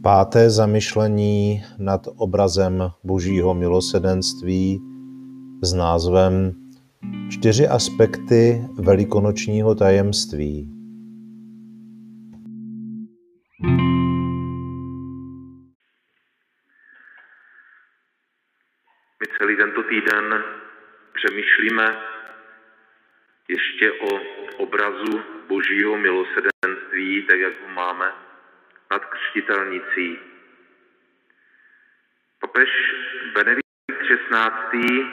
Páté zamyšlení nad obrazem Božího milosedenství s názvem 4 aspekty velikonočního tajemství. My celý tento týden přemýšlíme ještě o obrazu Božího milosedenství, tak jak ho máme nad křtitelnicí. Papež Benedikt XVI.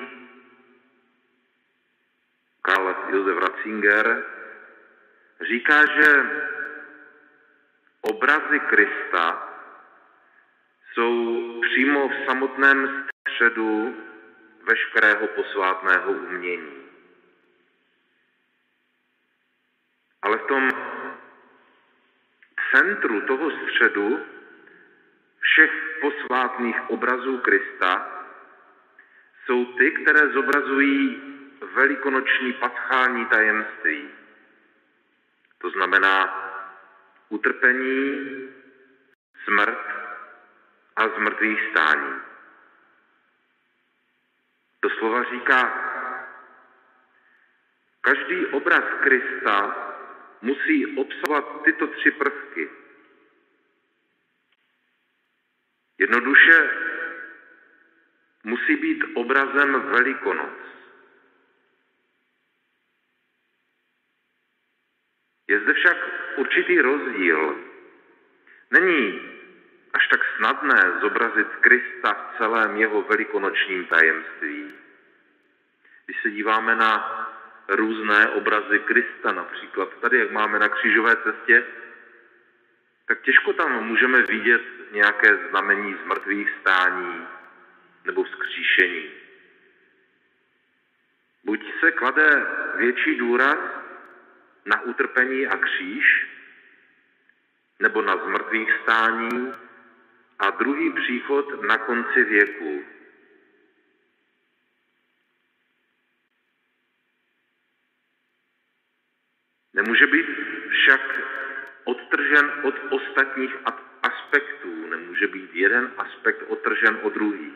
Karl Josef Ratzinger říká, že obrazy Krista jsou přímo v samotném středu veškerého posvátného umění. Ale v tom centru toho středu všech posvátných obrazů Krista jsou ty, které zobrazují velikonoční paschální tajemství. To znamená utrpení, smrt a zmrtvýchvstání. Doslova říká, každý obraz Krista musí obsahovat tyto 3 prvky. Jednoduše musí být obrazem Velikonoc. Je zde však určitý rozdíl. Není až tak snadné zobrazit Krista v celém jeho velikonočním tajemství. Když se díváme na různé obrazy Krista, například tady, jak máme na křížové cestě, tak těžko tam můžeme vidět nějaké znamení zmrtvýchvstání nebo vzkříšení. Buď se klade větší důraz na utrpení a kříž, nebo na zmrtvýchvstání a druhý příchod na konci věku. Nemůže být však odtržen od ostatních aspektů, nemůže být jeden aspekt odtržen od druhých.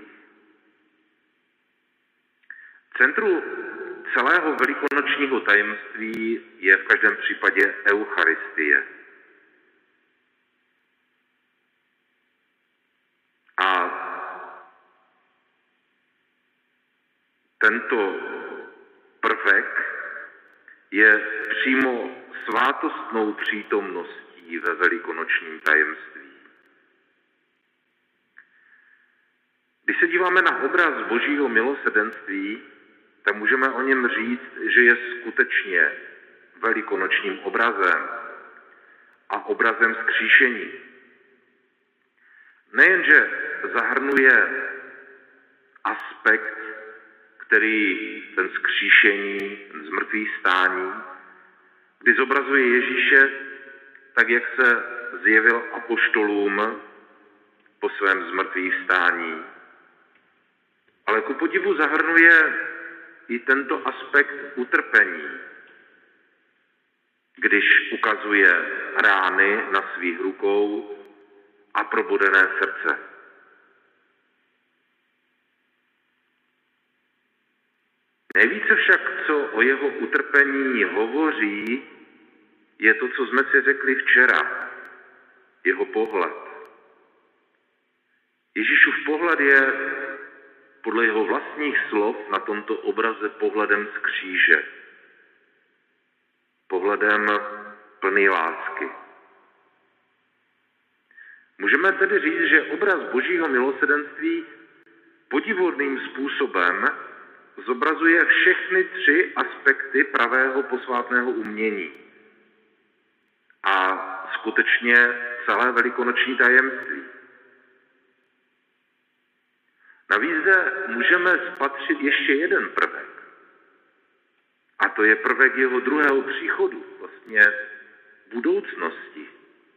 V centru celého velikonočního tajemství je v každém případě Eucharistie. A tento prvek je přímo svátostnou přítomností ve velikonočním tajemství. Když se díváme na obraz Božího milosedenství, tak můžeme o něm říct, že je skutečně velikonočním obrazem a obrazem vzkříšení. Nejenže zahrnuje aspekt, který ten vzkříšení, ten zmrtvýchvstání, kdy zobrazuje Ježíše tak, jak se zjevil apoštolům po svém zmrtvýchvstání. Ale ku podivu zahrnuje i tento aspekt utrpení, když ukazuje rány na svých rukou a probodené srdce. Nejvíce však, co o jeho utrpení hovoří, je to, co jsme si řekli včera, jeho pohled. Ježíšův pohled je podle jeho vlastních slov na tomto obraze pohledem z kříže. Pohledem plný lásky. Můžeme tedy říct, že obraz Božího milosedenství podivuhodným způsobem zobrazuje všechny 3 aspekty pravého posvátného umění a skutečně celé velikonoční tajemství. Navíc zde můžeme spatřit ještě jeden prvek. A to je prvek jeho druhého příchodu, vlastně budoucnosti.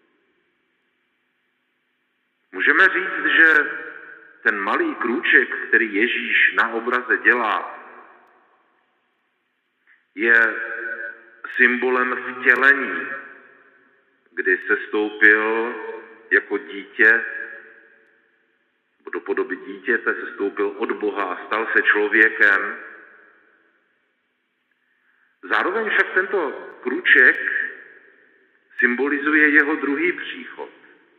Můžeme říct, že ten malý krůček, který Ježíš na obraze dělá, je symbolem vtělení, kdy sestoupil jako dítě do podoby dítěte se stoupil od Boha a stal se člověkem. Zároveň však tento krůček symbolizuje jeho druhý příchod,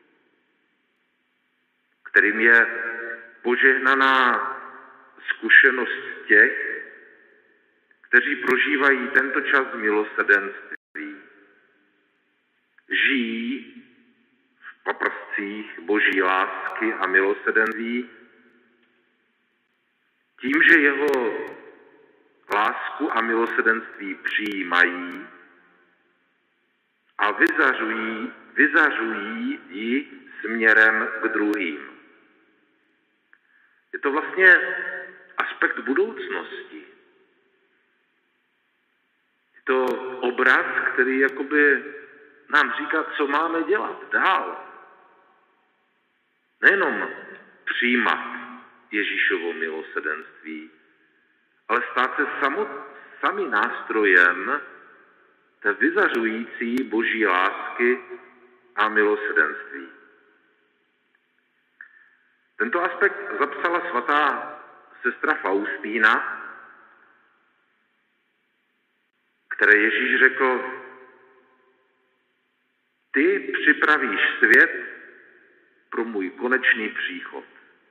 kterým je požehnaná zkušenost těch, kteří prožívají tento čas milosrdenství. Žijí v paprscích Boží lásky a milosrdenství tím, že jeho lásku a milosrdenství přijímají a vyzařují ji směrem k druhým. Je to vlastně aspekt budoucnosti. Je to obraz, který jakoby nám říká, co máme dělat dál. Nejenom přijímat Ježíšovo milosrdenství, ale stát se sami nástrojem té vyzařující Boží lásky a milosrdenství. Tento aspekt zapsala svatá sestra Faustína, které Ježíš řekl: ty připravíš svět pro můj konečný příchod.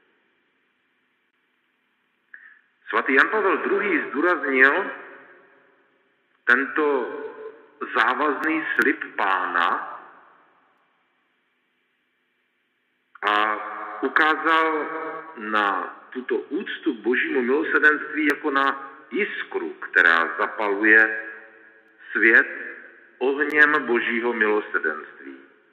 Svatý Jan Pavel II. Zdůraznil tento závazný slib Pána a ukázal na tuto úctu k Božímu milosrdenství jako na jiskru, která zapaluje svět ohněm Božího milosrdenství.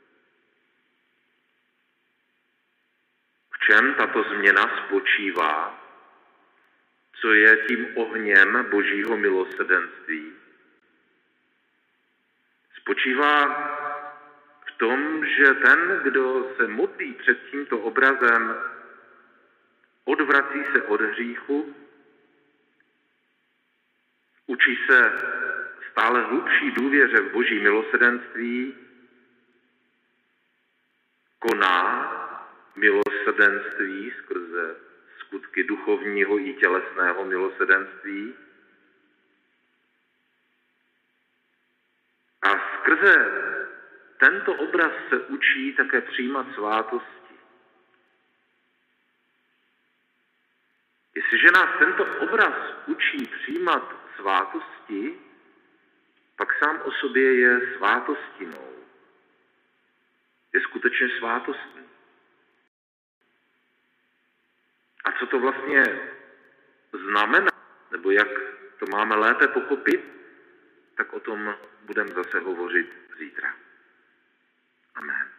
V čem tato změna spočívá? Co je tím ohněm Božího milosrdenství? Spočívá v tom, že ten, kdo se modlí před tímto obrazem, odvrací se od hříchu, učí se stále hlubší důvěře v Boží milosrdenství, koná milosrdenství skrze skutky duchovního i tělesného milosrdenství a skrze tento obraz se učí také přijímat svátosti. Jestliže nás tento obraz učí přijímat svátosti, pak sám o sobě je svátostinou. Je skutečně svátostný. A co to vlastně znamená, nebo jak to máme lépe pochopit, tak o tom budeme zase hovořit zítra. Amen.